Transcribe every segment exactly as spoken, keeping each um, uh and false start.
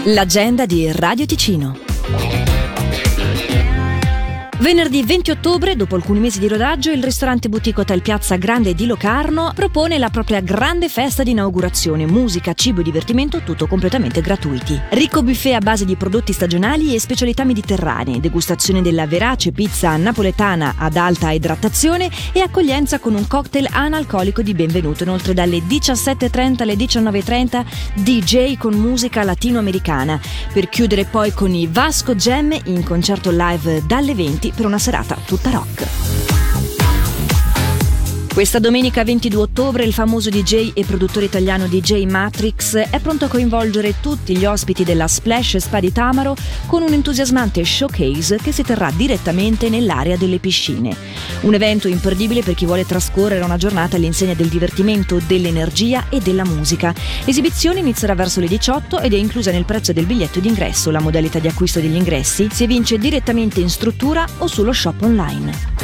L'agenda di Radio Ticino. Venerdì venti ottobre, dopo alcuni mesi di rodaggio, il ristorante boutique Hotel Piazza Grande di Locarno propone la propria grande festa di inaugurazione, musica, cibo e divertimento, tutto completamente gratuiti. Ricco buffet a base di prodotti stagionali e specialità mediterranee, degustazione della verace pizza napoletana ad alta idratazione e accoglienza con un cocktail analcolico di benvenuto. Inoltre dalle diciassette e trenta alle diciannove e trenta D J con musica latinoamericana, per chiudere poi con i Vasco Jam in concerto live dalle venti per una serata tutta rock. Questa domenica ventidue ottobre il famoso D J e produttore italiano D J Matrix è pronto a coinvolgere tutti gli ospiti della Splash Spa di Tamaro con un entusiasmante showcase che si terrà direttamente nell'area delle piscine. Un evento imperdibile per chi vuole trascorrere una giornata all'insegna del divertimento, dell'energia e della musica. L'esibizione inizierà verso le diciotto ed è inclusa nel prezzo del biglietto d'ingresso. La modalità di acquisto degli ingressi si evince direttamente in struttura o sullo shop online.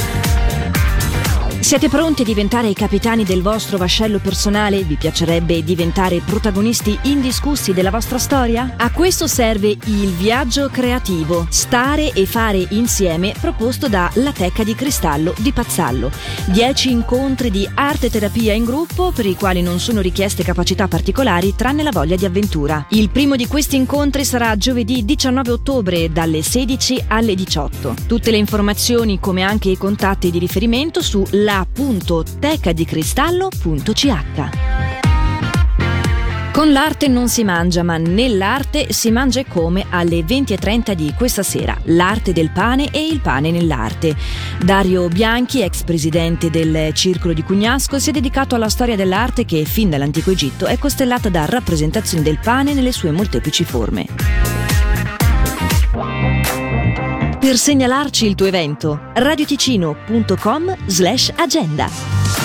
Siete pronti a diventare i capitani del vostro vascello personale? Vi piacerebbe diventare protagonisti indiscussi della vostra storia? A questo serve il viaggio creativo, stare e fare insieme, proposto da La Tecca di Cristallo di Pazzallo. Dieci incontri di arte terapia in gruppo per i quali non sono richieste capacità particolari tranne la voglia di avventura. Il primo di questi incontri sarà giovedì diciannove ottobre dalle sedici alle diciotto. Tutte le informazioni come anche i contatti di riferimento su la punto tecadicristallo punto c h. Con l'arte non si mangia, ma nell'arte si mangia e come alle venti e trenta di questa sera. L'arte del pane e il pane nell'arte. Dario Bianchi, ex presidente del Circolo di Cugnasco, si è dedicato alla storia dell'arte che, fin dall'antico Egitto, è costellata da rappresentazioni del pane nelle sue molteplici forme. Per segnalarci il tuo evento, radioticino punto com slash agenda.